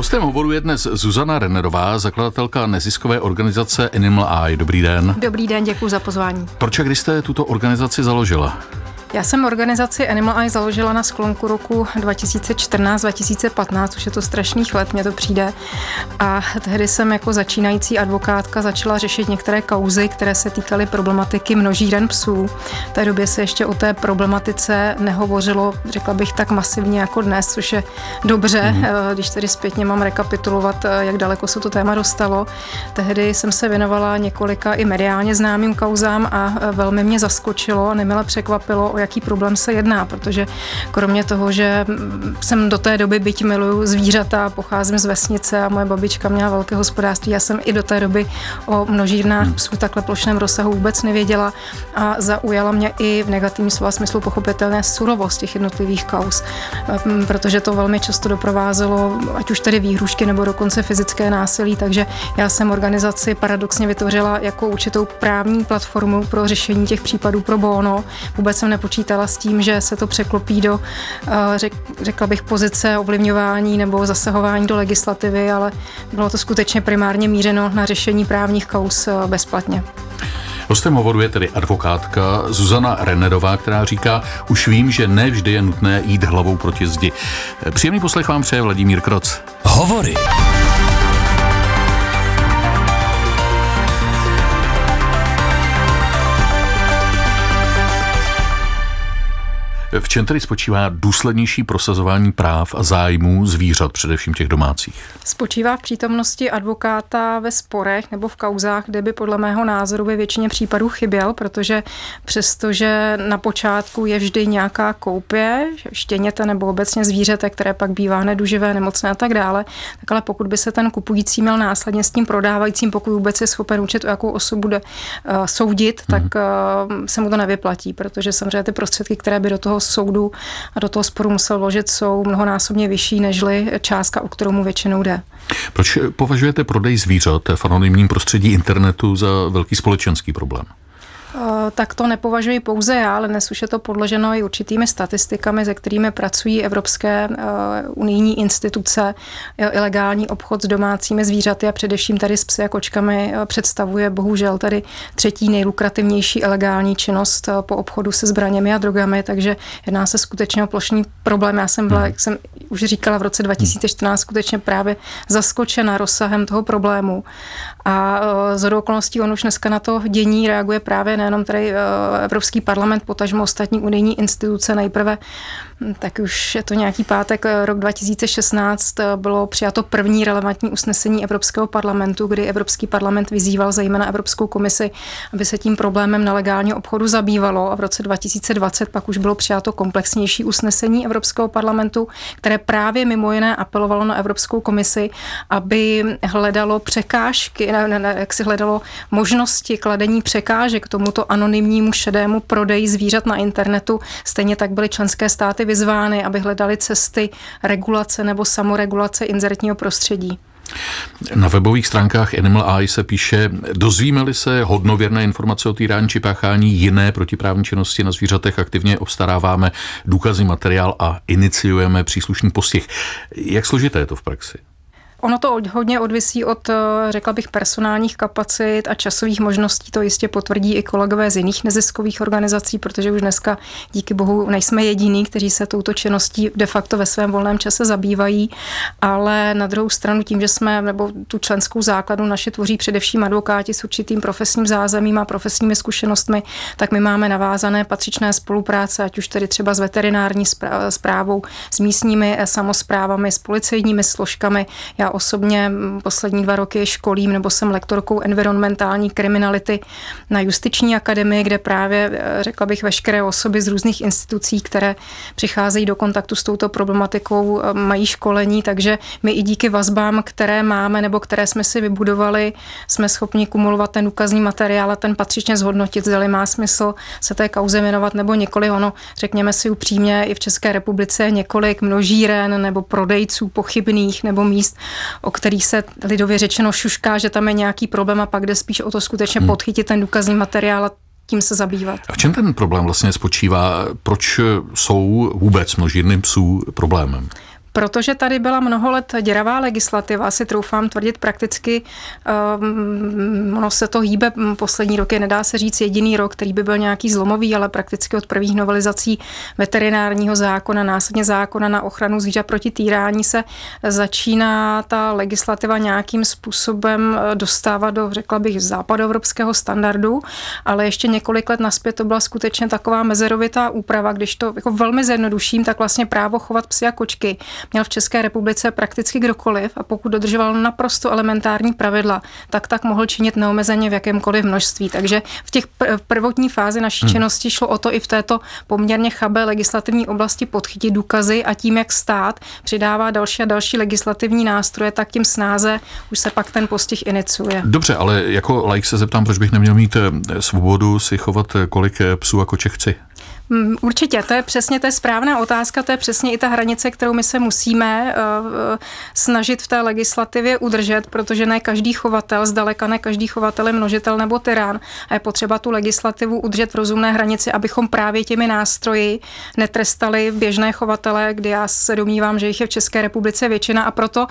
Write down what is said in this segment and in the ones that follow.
Hostem hovoru je dnes Zuzana Rennerová, zakladatelka neziskové organizace Animal Eye. Dobrý den. Dobrý den, děkuji za pozvání. Proč a kdy jste tuto organizaci založila? Já jsem organizaci Animal Eye založila na sklonku roku 2014-2015, už je to strašných let, mně to přijde. A tehdy jsem jako začínající advokátka začala řešit některé kauzy, které se týkaly problematiky množíren psů. V té době se ještě o té problematice nehovořilo, řekla bych, tak masivně jako dnes, což je dobře, když tedy zpětně mám rekapitulovat, jak daleko se to téma dostalo. Tehdy jsem se věnovala několika i mediálně známým kauzám a velmi mě zaskočilo a nemile překvapilo, o jaký problém se jedná, protože kromě toho, že jsem do té doby, byť miluju zvířata, pocházím z vesnice a moje babička měla velké hospodářství, já jsem i do té doby o množírnách psů takhle plošném rozsahu vůbec nevěděla a zaujala mě i v negativním slova smyslu pochopitelné surovost těch jednotlivých kauz, protože to velmi často doprovázelo, ať už tedy výhrušky nebo dokonce fyzické násilí, takže já jsem organizaci paradoxně vytvořila jako určitou právní platformu pro řešení těch případů pro bono. Vůbec jsem nepočítala s tím, že se to překlopí do, řekla bych, pozice ovlivňování nebo zasahování do legislativy, ale bylo to skutečně primárně mířeno na řešení právních kauz bezplatně. Hostem hovoru je tedy advokátka Zuzana Rennerová, která říká, už vím, že ne vždy je nutné jít hlavou proti zdi. Příjemný poslech vám přeje Vladimír Kroc. Hovory. V čem tedy spočívá důslednější prosazování práv a zájmů zvířat, především těch domácích? Spočívá v přítomnosti advokáta ve sporech nebo v kauzách, kde by podle mého názoru ve většině případů chyběl, protože přestože na počátku je vždy nějaká koupě štěněte nebo obecně zvířete, které pak bývá neduživé, nemocné a tak dále, tak ale pokud by se ten kupující měl následně s tím prodávajícím, pokud vůbec je schopen určit, o jakou osobu bude soudit, tak se mu to nevyplatí, protože samozřejmě ty prostředky, které by do toho soudu a do toho sporu musel vložit, jsou mnohonásobně vyšší nežli částka, o kterou mu většinou jde. Proč považujete prodej zvířat v anonymním prostředí internetu za velký společenský problém? Tak to nepovažuji pouze já, ale dnes už je to podloženo i určitými statistikami, se kterými pracují evropské unijní instituce. Ilegální obchod s domácími zvířaty a především tady s psy a kočkami představuje bohužel tady třetí nejlukrativnější ilegální činnost po obchodu se zbraněmi a drogami, takže jedná se skutečně o plošný problém. Já jsem byla, jak jsem už říkala, v roce 2014 skutečně právě zaskočena rozsahem toho problému. A shodou okolností on už dneska na to dění reaguje právě nejenom tady Evropský parlament, potažmo ostatní unijní instituce. Nejprve, tak už je to nějaký pátek, rok 2016, bylo přijato první relevantní usnesení Evropského parlamentu, kdy Evropský parlament vyzýval zejména Evropskou komisi, aby se tím problémem nelegálního obchodu zabývalo. A v roce 2020 pak už bylo přijato komplexnější usnesení Evropského parlamentu, které právě mimo jiné apelovalo na Evropskou komisi, aby hledalo překážky, jak si hledalo možnosti kladení překážek tomuto anonymnímu šedému prodeji zvířat na internetu. Stejně tak byly členské státy vyzvány, aby hledali cesty regulace nebo samoregulace inzertního prostředí. Na webových stránkách Animal Eye se píše, dozvíme-li se hodnověrné informace o týrání či páchání jiné protiprávní činnosti na zvířatech, aktivně obstaráváme důkazný materiál a iniciujeme příslušný postih. Jak složité je to v praxi? Ono to hodně odvisí od, řekla bych, personálních kapacit a časových možností. To jistě potvrdí i kolegové z jiných neziskových organizací, protože už dneska díky bohu nejsme jediní, kteří se touto činností de facto ve svém volném čase zabývají, ale na druhou stranu tím, že jsme, nebo tu členskou základnu naše tvoří především advokáti s určitým profesním zázemím a profesními zkušenostmi, tak my máme navázané patřičné spolupráce, ať už tedy třeba s veterinární správou, s místními samosprávami, s policejními složkami. Já osobně poslední 2 roky školím nebo jsem lektorkou environmentální kriminality na Justiční akademii, kde právě, řekla bych, veškeré osoby z různých institucí, které přicházejí do kontaktu s touto problematikou, mají školení, takže my i díky vazbám, které máme nebo které jsme si vybudovali, jsme schopni kumulovat ten důkazní materiál a ten patřičně zhodnotit, zda má smysl se té kauze věnovat nebo nikoli. Ono, řekněme si upřímně, i v České republice je několik množíren nebo prodejců pochybných nebo míst, o kterých se lidově řečeno šušká, že tam je nějaký problém a pak jde spíš o to skutečně podchytit ten důkazní materiál a tím se zabývat. A v čem ten problém vlastně spočívá? Proč jsou vůbec množírny psů problémem? Protože tady byla mnoho let děravá legislativa, si troufám tvrdit prakticky, ono se to hýbe poslední roky, nedá se říct jediný rok, který by byl nějaký zlomový, ale prakticky od prvních novelizací veterinárního zákona, následně zákona na ochranu zvířat proti týrání se začíná ta legislativa nějakým způsobem dostávat do, řekla bych, západoevropského standardu, ale ještě několik let nazpět to byla skutečně taková mezerovitá úprava, když to jako velmi zjednoduším, tak vlastně právo chovat psy a kočky měl v České republice prakticky kdokoliv a pokud dodržoval naprosto elementární pravidla, tak mohl činit neomezeně v jakémkoliv množství. Takže v těch prvotní fázi naší činnosti šlo o to i v této poměrně chabé legislativní oblasti podchytit důkazy a tím, jak stát přidává další a další legislativní nástroje, tak tím snáze už se pak ten postih iniciuje. Dobře, ale jako laik se zeptám, proč bych neměl mít svobodu si chovat kolik psů a koček chci? Určitě, to je správná otázka, to je přesně i ta hranice, kterou my se musíme snažit v té legislativě udržet, protože ne každý chovatel, zdaleka ne každý chovatel je množitel nebo tyran a je potřeba tu legislativu udržet v rozumné hranici, abychom právě těmi nástroji netrestali běžné chovatele, kdy já se domnívám, že jich je v České republice většina a proto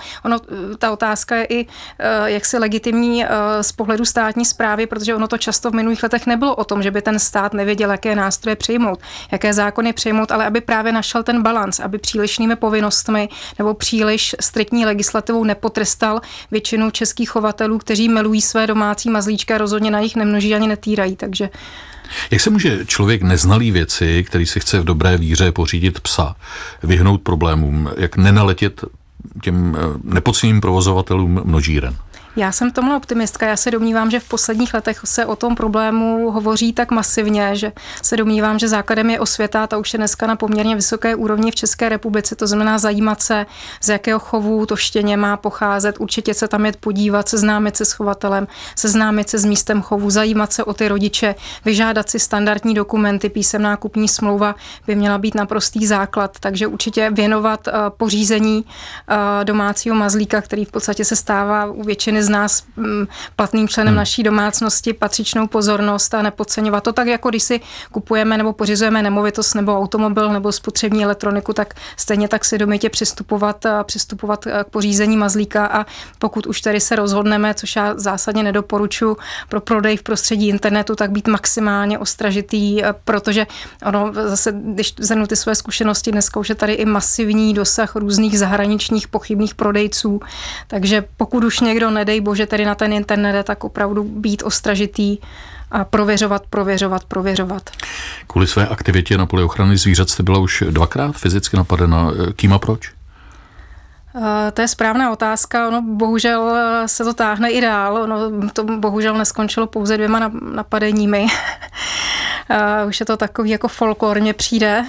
ta otázka je i jaksi legitimní z pohledu státní správy, protože ono to často v minulých letech nebylo o tom, že by ten stát nevěděl, jaké nástroje přijmout, jaké zákony přijmout, ale aby právě našel ten balans, aby přílišnými povinnostmi nebo příliš striktní legislativou nepotrestal většinu českých chovatelů, kteří milují své domácí mazlíčka a rozhodně na jich nemnoží ani netýrají, takže... Jak se může člověk neznalý věci, který si chce v dobré víře pořídit psa, vyhnout problémům, jak nenaletět těm nepoctivým provozovatelům množíren? Já jsem tomhle optimistka. Já se domnívám, že v posledních letech se o tom problému hovoří tak masivně, že se domnívám, že základem je osvěta, ta už je dneska na poměrně vysoké úrovni v České republice, to znamená zajímat se, z jakého chovu to štěně má pocházet, určitě se tam jet podívat, seznámit se s chovatelem, seznámit se s místem chovu, zajímat se o ty rodiče, vyžádat si standardní dokumenty, písemná kupní smlouva by měla být naprostý základ, takže určitě věnovat pořízení domácího mazlíka, který v podstatě se stává u většiny z nás platným členem naší domácnosti, patřičnou pozornost a nepodceňovat to tak, jako když si kupujeme nebo pořizujeme nemovitost nebo automobil nebo spotřební elektroniku, tak stejně tak svědomitě přistupovat k pořízení mazlíka a pokud už tedy se rozhodneme, což já zásadně nedoporučuji pro prodej v prostředí internetu, tak být maximálně ostražitý, protože ono zase, když zhrnu ty své zkušenosti, dneska už je tady i masivní dosah různých zahraničních pochybných prodejců, takže pokud už někdo nedej bože tedy na ten internet, tak opravdu být ostražitý a prověřovat. Kvůli své aktivitě na poli ochrany zvířat jste byla už 2krát fyzicky napadena. Kým a proč? To je správná otázka. Ono bohužel se to táhne i dál. Ono to bohužel neskončilo pouze 2 napadeními. Už je to takový jako folklor, mně přijde.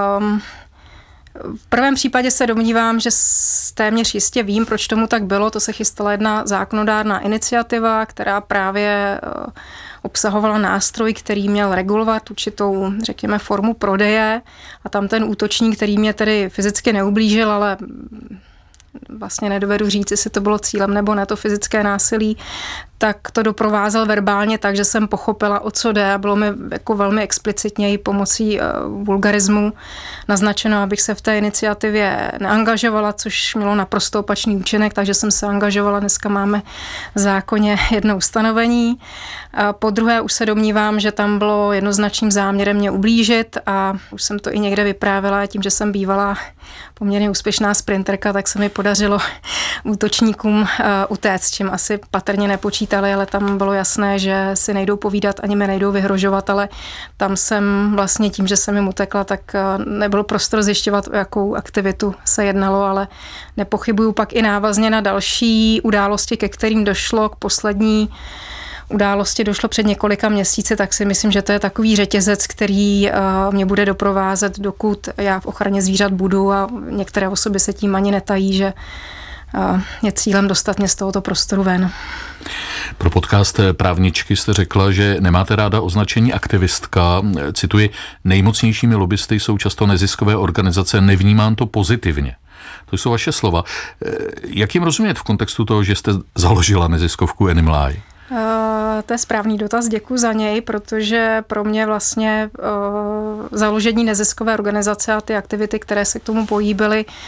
V prvém případě se domnívám, že téměř jistě vím, proč tomu tak bylo. To se chystala jedna zákonodárná iniciativa, která právě obsahovala nástroj, který měl regulovat určitou, řekněme, formu prodeje a tam ten útočník, který mě tedy fyzicky neublížil, ale vlastně nedovedu říct, jestli to bylo cílem nebo ne, to fyzické násilí, tak to doprovázel verbálně tak, že jsem pochopila, o co jde a bylo mi jako velmi explicitně i pomocí vulgarismu naznačeno, abych se v té iniciativě neangažovala, což mělo naprosto opačný účinek, takže jsem se angažovala. Dneska máme v zákoně jedno ustanovení. Po druhé už se domnívám, že tam bylo jednoznačným záměrem mě ublížit a už jsem to i někde vyprávěla, tím, že jsem bývala poměrně úspěšná sprinterka, tak se mi podařilo útočníkům utéct, čím asi patrně nepočítali, ale tam bylo jasné, že si nejdou povídat, ani mi nejdou vyhrožovat, ale tam jsem vlastně tím, že jsem jim utekla, tak nebyl prostor zjišťovat, o jakou aktivitu se jednalo, ale nepochybuju pak i návazně na další události, ke kterým došlo. K poslední události došlo před několika měsíci, tak si myslím, že to je takový řetězec, který mě bude doprovázet, dokud já v ochraně zvířat budu a některé osoby se tím ani netají, že je cílem dostat mě z tohoto prostoru ven. Pro podcast Právničky jste řekla, že nemáte ráda označení aktivistka. Cituji, nejmocnějšími lobbysty jsou často neziskové organizace, nevnímám to pozitivně. To jsou vaše slova. Jak jim rozumět v kontextu toho, že jste založila neziskovku Animal Eye? To je správný dotaz, děkuji za něj, protože pro mě vlastně založení neziskové organizace a ty aktivity, které se k tomu pojí, byly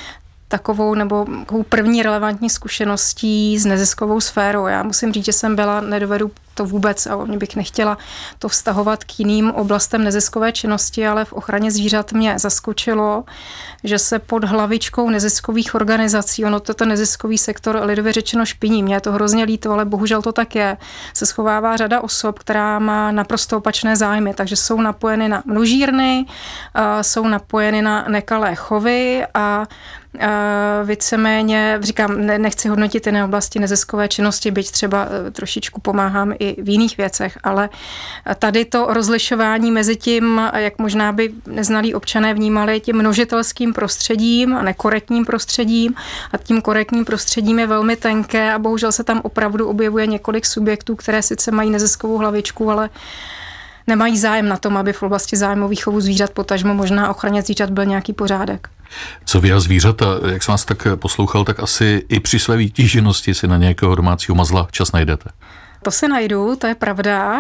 takovou první relevantní zkušeností s neziskovou sférou. Já musím říct, že jsem byla, nedovedu to vůbec a mě bych nechtěla to vztahovat k jiným oblastem neziskové činnosti, ale v ochraně zvířat mě zaskočilo, že se pod hlavičkou neziskových organizací, ono to ten neziskový sektor lidově řečeno špiní, mě je to hrozně líto, ale bohužel to tak je, se schovává řada osob, která má naprosto opačné zájmy, takže jsou napojeny na množírny, jsou napojeny na nekalé chovy a víceméně, říkám, nechci hodnotit jiné oblasti neziskové činnosti, byť třeba trošičku pomáhám i v jiných věcech, ale tady to rozlišování mezi tím, jak možná by neznalí občané vnímali, tím množitelským prostředím a nekorektním prostředím a tím korektním prostředím je velmi tenké a bohužel se tam opravdu objevuje několik subjektů, které sice mají neziskovou hlavičku, ale nemají zájem na tom, aby v oblasti zájmových chovů zvířat, potažmo možná ochraně zvířat byl nějaký pořádek. Co vy a zvířata, jak jsem vás tak poslouchal, tak asi i při své vytíženosti si na nějakého domácího mazla čas najdete. To si najdu, to je pravda,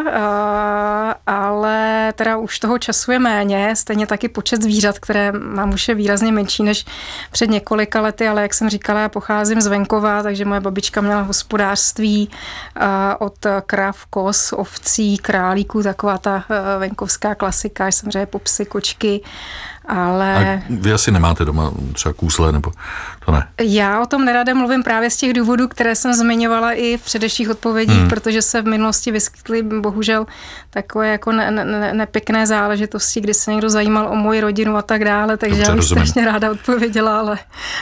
ale teda už toho času je méně, stejně taky počet zvířat, které mám už je výrazně menší než před několika lety, ale jak jsem říkala, já pocházím z venkova, takže moje babička měla hospodářství od krav, koz, ovcí, králíků, taková ta venkovská klasika, samozřejmě popsy, kočky. Ale a vy asi nemáte doma třeba kůzle, nebo to ne? Já o tom nerada mluvím právě z těch důvodů, které jsem zmiňovala i v předešlích odpovědích, protože se v minulosti vyskytly bohužel takové jako nepěkné záležitosti, kdy se někdo zajímal o moji rodinu a tak dále, takže dobře, já bych rozumím. strašně ráda odpověděla, ale...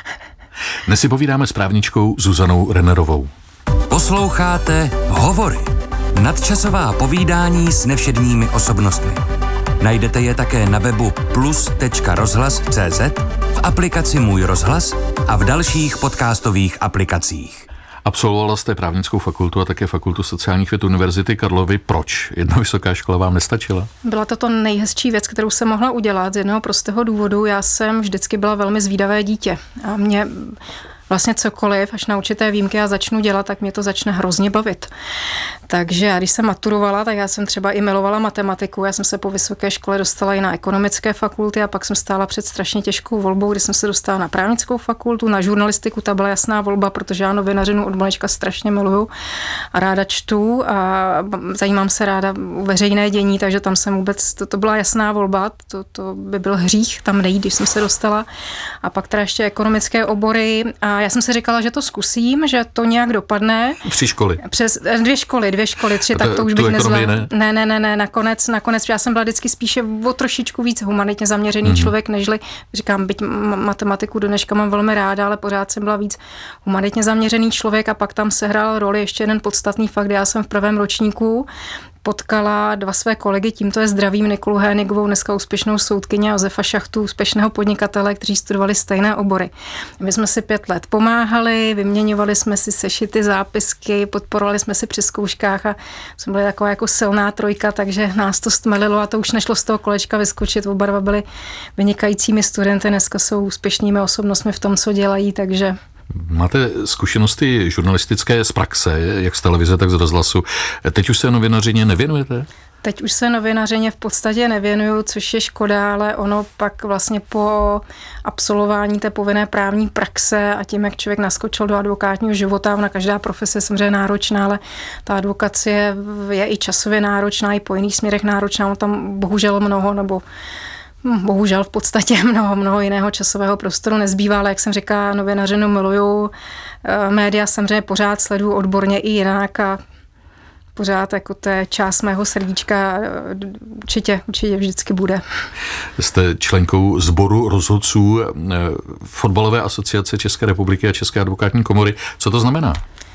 Dnes si povídáme s právničkou Zuzanou Rennerovou. Posloucháte Hovory. Nadčasová povídání s nevšedními osobnostmi. Najdete je také na webu plus.rozhlas.cz, v aplikaci Můj rozhlas a v dalších podcastových aplikacích. Absolvovala jste právnickou fakultu a také fakultu sociálních věd Univerzity Karlovy. Proč? Jedna vysoká škola vám nestačila? Byla to nejhezčí věc, kterou jsem mohla udělat z jednoho prostého důvodu. Já jsem vždycky byla velmi zvídavé dítě a mě vlastně cokoliv, až na určité výjimky já začnu dělat, tak mě to začne hrozně bavit. Takže já, když jsem maturovala, tak já jsem třeba i milovala matematiku. Já jsem se po vysoké škole dostala i na ekonomické fakulty a pak jsem stála před strašně těžkou volbou, kdy jsem se dostala na právnickou fakultu, na žurnalistiku, ta byla jasná volba, protože já novinařinu od malička strašně miluju a ráda čtu a zajímám se ráda o veřejné dění, takže tam jsem vůbec, to byla jasná volba, to by byl hřích tam nejít, když jsem se dostala. A pak teda ještě ekonomické obory a já jsem si říkala, že to zkusím, že to nějak dopadne. 3 školy. Přes 2 školy, 3, tak to už bych nezvládla. Ne, nakonec já jsem byla vždycky spíše o trošičku víc humanitně zaměřený člověk, nežli, říkám, byť matematiku do dneška mám velmi ráda, ale pořád jsem byla víc humanitně zaměřený člověk a pak tam sehrál roli ještě jeden podstatný fakt, já jsem v prvém ročníku potkala 2 své kolegy, tímto je zdravím Nikolu Hénigovou, dneska úspěšnou soudkyně, a Josefa Šachtu, úspěšného podnikatele, kteří studovali stejné obory. My jsme si 5 let pomáhali, vyměňovali jsme si sešity, zápisky, podporovali jsme si při zkouškách a jsme byli taková jako silná trojka, takže nás to stmelilo a to už nešlo z toho kolečka vyskočit. Oba dva byli vynikajícími studenty, dneska jsou úspěšnými osobnostmi v tom, co dělají, takže... Máte zkušenosti žurnalistické z praxe, jak z televize, tak z rozhlasu. Teď už se novinařině nevěnujete? Teď už se novinařině v podstatě nevěnuju, což je škoda, ale ono pak vlastně po absolvování té povinné právní praxe a tím, jak člověk naskočil do advokátního života, ona každá profese je samozřejmě náročná, ale ta advokacie je i časově náročná, i po jiných směrech náročná, ono tam bohužel mnoho, nebo bohužel v podstatě mnoho jiného časového prostoru nezbývá, ale jak jsem říkala, novinařinu miluju, média samozřejmě pořád sleduju odborně i jinak a pořád jako to je část mého srdíčka, určitě vždycky bude. Jste členkou sboru rozhodců Fotbalové asociace České republiky a České advokátní komory. Co to znamená?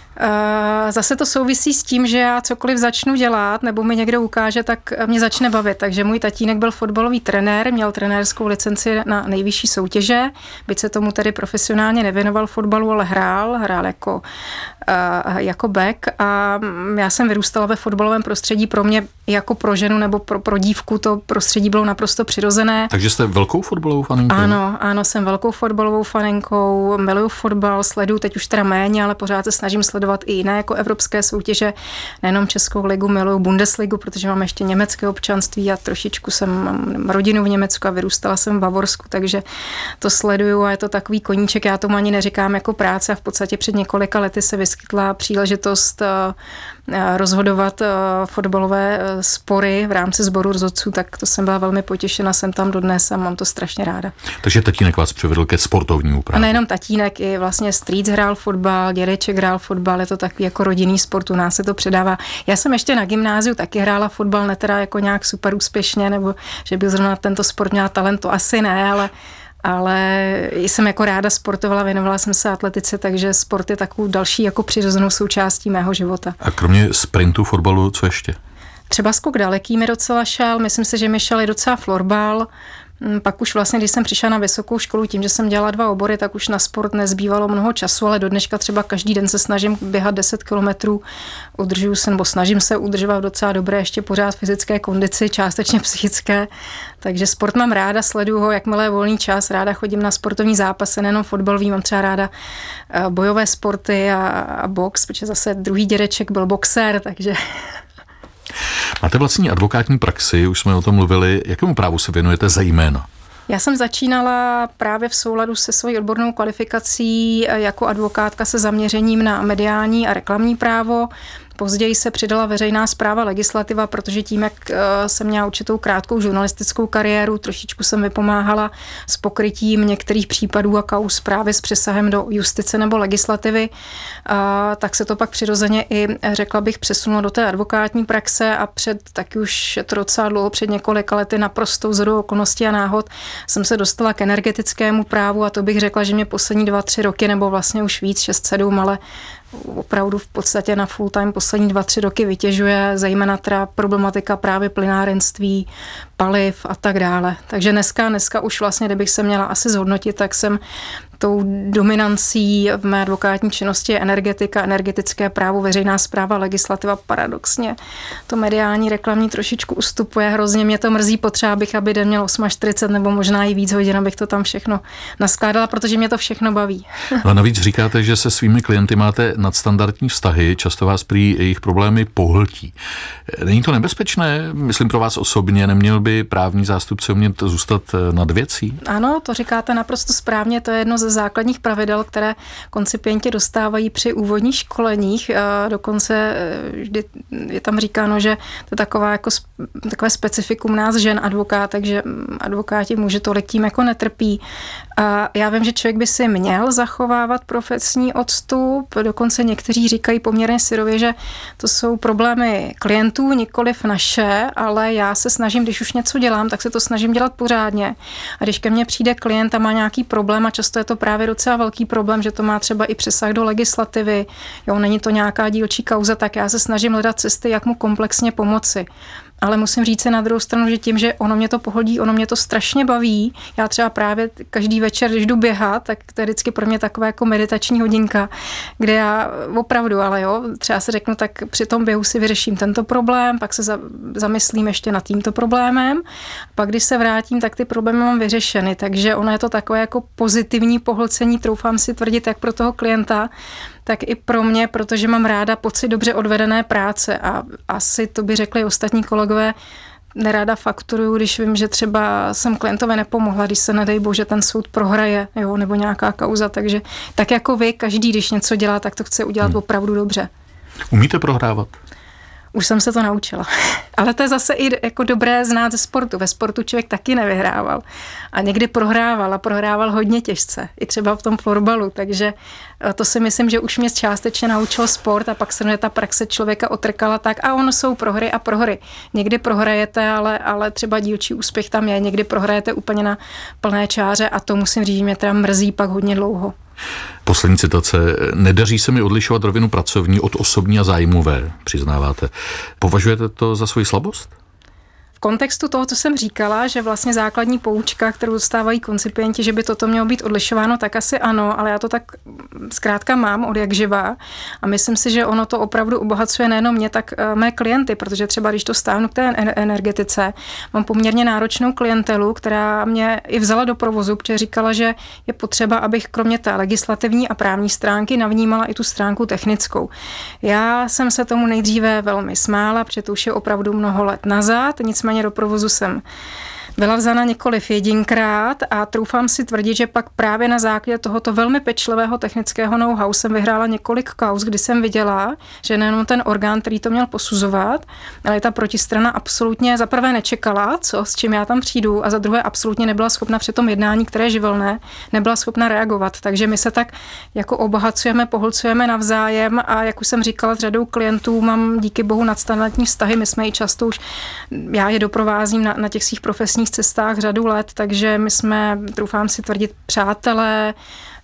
Zase to souvisí s tím, že já cokoliv začnu dělat, nebo mi někdo ukáže, tak mě začne bavit. Takže můj tatínek byl fotbalový trenér, měl trenérskou licenci na nejvyšší soutěže, byť se tomu tedy profesionálně nevěnoval fotbalu, ale hrál jako jako back a já jsem vyrůstala ve fotbalovém prostředí. Pro mě jako pro ženu nebo pro dívku to prostředí bylo naprosto přirozené. Takže jste velkou fotbalovou faninkou? Ano, jsem velkou fotbalovou faninkou, miluju fotbal, sleduju teď už teda méně, ale pořád se snažím sledovat i jiné jako evropské soutěže, nejenom Českou ligu, miluju Bundesligu, protože mám ještě německé občanství a trošičku mám rodinu v Německu a vyrůstala jsem v Bavorsku, takže to sleduju a je to takový koníček, já tomu ani neříkám jako práce a v podstatě před několika lety se vyskytla příležitost rozhodovat fotbalové spory v rámci sboru rozhodců, tak to jsem byla velmi potěšena, jsem tam dodnes a mám to strašně ráda. Takže tatínek vás přivedl ke sportovnímu právu. A nejenom tatínek, i vlastně strýc hrál fotbal, dědeček hrál fotbal, je to takový jako rodinný sport, u nás se to předává. Já jsem ještě na gymnáziu taky hrála fotbal, ne teda jako nějak super úspěšně, nebo že bych zrovna tento sport měla talent, to asi ne, ale jsem jako ráda sportovala, věnovala jsem se atletice, takže sport je takovou další jako přirozenou součástí mého života. A kromě sprintu, fotbalu, co ještě? Třeba skok daleký mi docela šel, myslím si, že mi šel i docela florbal. Pak už vlastně, když jsem přišla na vysokou školu, tím, že jsem dělala 2 obory, tak už na sport nezbývalo mnoho času, ale do dneška třeba každý den se snažím běhat 10 kilometrů, snažím se udržovat v docela dobré ještě pořád fyzické kondici, částečně psychické, takže sport mám ráda, sleduju ho, jakmile je volný čas, ráda chodím na sportovní zápasy, nejenom fotbalový, mám třeba ráda bojové sporty a box, protože zase druhý dědeček byl boxer, takže... Máte vlastní advokátní praxi, už jsme o tom mluvili. Jakému právu se věnujete zejména? Já jsem začínala právě v souladu se svojí odbornou kvalifikací jako advokátka se zaměřením na mediální a reklamní právo. Později se přidala veřejná správa legislativa, protože tím, jak jsem měla určitou krátkou žurnalistickou kariéru, trošičku jsem vypomáhala s pokrytím některých případů a kauz právě s přesahem do justice nebo legislativy, tak se to pak přirozeně i, řekla bych, přesunulo do té advokátní praxe a taky už to docela dlouho, před několika lety naprostou shodou okolností a náhod jsem se dostala k energetickému právu a to bych řekla, že mě poslední 2-3 roky nebo vlastně už víc, 6-7, ale opravdu v podstatě na full time poslední 2-3 roky vytěžuje, zejména teda problematika právě plynárenství, paliv a tak dále. Takže dneska už vlastně, kdybych se měla asi zhodnotit, tak jsem tou dominancí v mé advokátní činnosti je energetika, energetické právo, veřejná správa, legislativa. Paradoxně to mediální reklamní trošičku ustupuje, hrozně mě to mrzí, potřeba bych, aby den měl 48 nebo možná i víc hodin, abych to tam všechno naskládala, protože mě to všechno baví. No a navíc říkáte, že se svými klienty máte nadstandardní vztahy, často vás prý jejich problémy pohltí. Není to nebezpečné? Myslím pro vás osobně, neměl by právní zástupce umět zůstat nad věcí? Ano, to říkáte naprosto správně, to je jedno ze základních pravidel, které koncipienti dostávají při úvodních školeních. Dokonce vždy je tam říkáno, že to je takové specifikum nás žen advokátek, že advokáti muži tolik tím jako netrpí. A já vím, že člověk by si měl zachovávat profesní odstup, dokonce někteří říkají poměrně syrově, že to jsou problémy klientů, nikoliv naše, ale já se snažím, když už něco dělám, tak se to snažím dělat pořádně. A když ke mně přijde klient a má nějaký problém, a často je to právě docela velký problém, že to má třeba i přesah do legislativy, není to nějaká dílčí kauza, tak já se snažím hledat cesty, jak mu komplexně pomoci. Ale musím říct si na druhou stranu, že tím, že ono mě to pohodí, ono mě to strašně baví. Já třeba právě každý večer, když jdu běhat, tak to je vždycky pro mě taková jako meditační hodinka, kde já opravdu, třeba si řeknu, tak při tom běhu si vyřeším tento problém, pak se zamyslím ještě nad tímto problémem, pak když se vrátím, tak ty problémy mám vyřešeny, takže ono je to takové jako pozitivní pohlcení, troufám si tvrdit, jak pro toho klienta, tak i pro mě, protože mám ráda pocit dobře odvedené práce a asi to by řekli ostatní kolegové, nerada fakturuju, když vím, že třeba jsem klientovi nepomohla, když se nedej bože ten soud prohraje, nebo nějaká kauza, takže tak jako vy, každý, když něco dělá, tak to chce udělat opravdu dobře. Umíte prohrávat? Už jsem se to naučila. Ale to je zase i jako dobré znát ze sportu. Ve sportu člověk taky nevyhrával. A někdy prohrával a prohrával hodně těžce. I třeba v tom florbalu. Takže to si myslím, že už mě částečně naučil sport a pak se ta praxe člověka otrkala tak. A ono jsou prohry a prohry. Někdy prohrajete, ale třeba dílčí úspěch tam je. Někdy prohrajete úplně na plné čáře a to musím říct, že mě teda mrzí pak hodně dlouho. Poslední citace. Nedaří se mi odlišovat rovinu pracovní od osobní a zájmové, přiznáváte. Považujete to za svoji slabost? kontextu toho, co jsem říkala, že vlastně základní poučka, kterou dostávají koncipienti, že by toto mělo být odlišováno, tak asi ano, ale já to tak zkrátka mám od jak živá a myslím si, že ono to opravdu obohacuje nejenom mě, tak mé klienty, protože třeba když to stáhnu k té energetice, mám poměrně náročnou klientelu, která mě i vzala do provozu, protože říkala, že je potřeba, abych kromě té legislativní a právní stránky navnímala i tu stránku technickou. Já jsem se tomu nejdříve velmi smála, protože to už je opravdu mnoho let nazad, nicméně do provozu jsem byla vzána nikoliv jedinkrát a troufám si tvrdit, že pak právě na základě tohoto velmi pečlivého technického know-how jsem vyhrála několik kauz, kdy jsem viděla, že nejenom ten orgán, který to měl posuzovat, ale ta protistrana absolutně za prvé nečekala, s čím já tam přijdu, a za druhé absolutně nebyla schopna při tom jednání, které je živelné, nebyla schopna reagovat. Takže my se tak jako obohacujeme, pohlcujeme navzájem a jak už jsem říkala, s řadou klientů mám díky bohu nadstandardní vztahy. My jsme i často už, já je doprovázím na těch svých profesních cestách řadu let, takže my jsme, troufám si tvrdit, přátelé,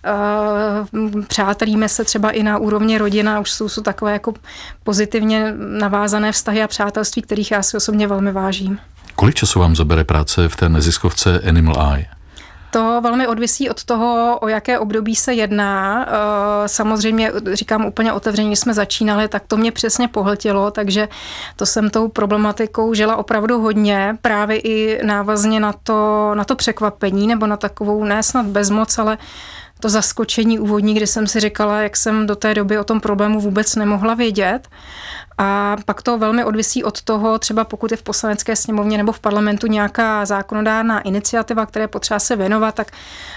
přátelíme se třeba i na úrovni rodina, už jsou takové jako pozitivně navázané vztahy a přátelství, kterých já si osobně velmi vážím. Kolik času vám zabere práce v té neziskovce Animal Eye? To velmi odvisí od toho, o jaké období se jedná. Samozřejmě říkám úplně otevřeně, když jsme začínali, tak to mě přesně pohltilo, takže to jsem tou problematikou žila opravdu hodně, právě i návazně na to překvapení, nebo na takovou ne snad bezmoc, ale to zaskočení úvodní, kdy jsem si říkala, jak jsem do té doby o tom problému vůbec nemohla vědět. A pak to velmi odvisí od toho, třeba pokud je v Poslanecké sněmovně nebo v parlamentu nějaká zákonodárná iniciativa, které potřeba se věnovat, tak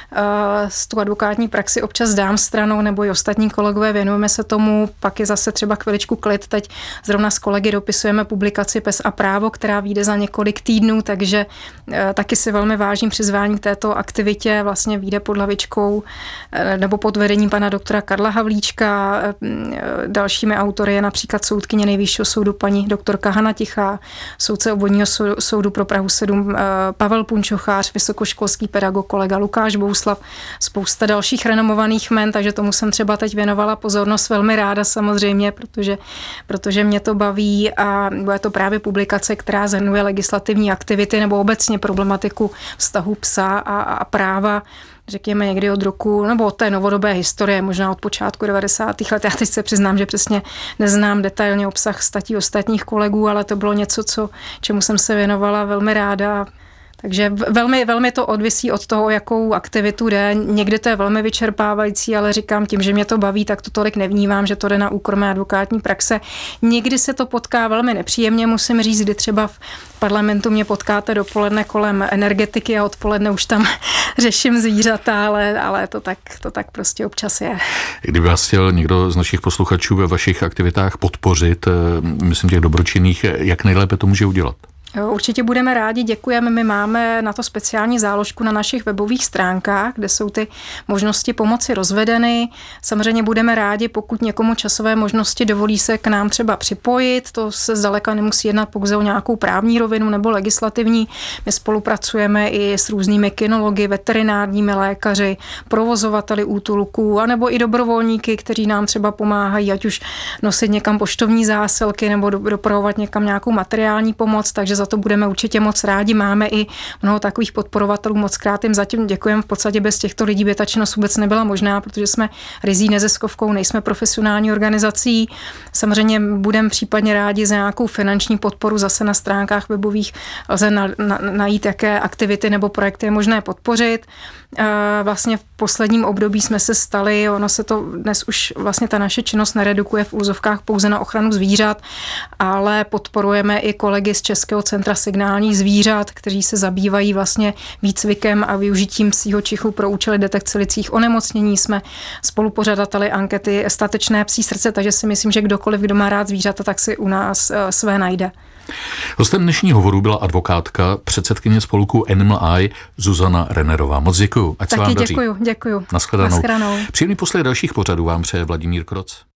tu advokátní praxi občas dám stranou, nebo i ostatní kolegové věnujeme se tomu, pak je zase třeba chviličku klid. Teď zrovna s kolegy dopisujeme publikaci Pes a právo, která vyjde za několik týdnů, takže taky si velmi vážím přizvání k této aktivitě, vlastně vyjde pod hlavičkou nebo pod vedením pana doktora Karla Havlíčka. Dalšími autory je například soudkyně Nejvyššího soudu paní doktorka Hana Tichá, soudce obvodního soudu pro Prahu 7 Pavel Punčochář, vysokoškolský pedagog kolega Lukáš Bouslav, spousta dalších renomovaných jmen, takže tomu jsem třeba teď věnovala pozornost velmi ráda samozřejmě, protože mě to baví a bude to právě publikace, která zahrnuje legislativní aktivity nebo obecně problematiku vztahu psa a práva, řekněme někdy od roku, nebo od té novodobé historie, možná od počátku 90. let. Já teď se přiznám, že přesně neznám detailně obsah statí ostatních kolegů, ale to bylo něco, čemu jsem se věnovala velmi ráda. Takže velmi, velmi to odvisí od toho, jakou aktivitu jde. Někdy to je velmi vyčerpávající, ale říkám, tím, že mě to baví, tak to tolik nevnímám, že to jde na úkor mé advokátní praxe. Někdy se to potká velmi nepříjemně, musím říct, kdy třeba v parlamentu mě potkáte dopoledne kolem energetiky a odpoledne už tam řeším zvířata, ale to tak prostě občas je. Kdyby vás chtěl někdo z našich posluchačů ve vašich aktivitách podpořit, myslím těch dobročinných, jak nejlépe to může udělat? Určitě budeme rádi, děkujeme. My máme na to speciální záložku na našich webových stránkách, kde jsou ty možnosti pomoci rozvedeny. Samozřejmě budeme rádi, pokud někomu časové možnosti dovolí se k nám třeba připojit. To se zdaleka nemusí jednat pouze o nějakou právní rovinu nebo legislativní. My spolupracujeme i s různými kynology, veterinárními lékaři, provozovateli útulků, anebo i dobrovolníky, kteří nám třeba pomáhají, ať už nosit někam poštovní zásilky nebo dopravovat někam nějakou materiální pomoc, takže za to budeme určitě moc rádi. Máme i mnoho takových podporovatelů, moc krát jim zatím děkujeme. V podstatě bez těchto lidí by ta činnost vůbec nebyla možná, protože jsme rizí neziskovkou, nejsme profesionální organizací. Samozřejmě budeme případně rádi za nějakou finanční podporu, zase na stránkách webových lze najít, jaké aktivity nebo projekty je možné podpořit. Vlastně v posledním období jsme se stali, ono se to dnes už vlastně ta naše činnost neredukuje v úzovkách pouze na ochranu zvířat, ale podporujeme i kolegy z Českého centra signálních zvířat, kteří se zabývají vlastně výcvikem a využitím psího čichu pro účely detekce lidských onemocnění. Jsme spolupořadateli ankety Statečné psí srdce, takže si myslím, že kdokoliv, kdo má rád zvířata, tak si u nás své najde. Hostem dnešního hovoru byla advokátka, předsedkyně spolku Animal Eye Zuzana Rennerová. Moc děkuju. Ať se vám daří. Děkuju. Nashledanou. Příjemný poslech dalších pořadů vám přeje Vladimír Kroc.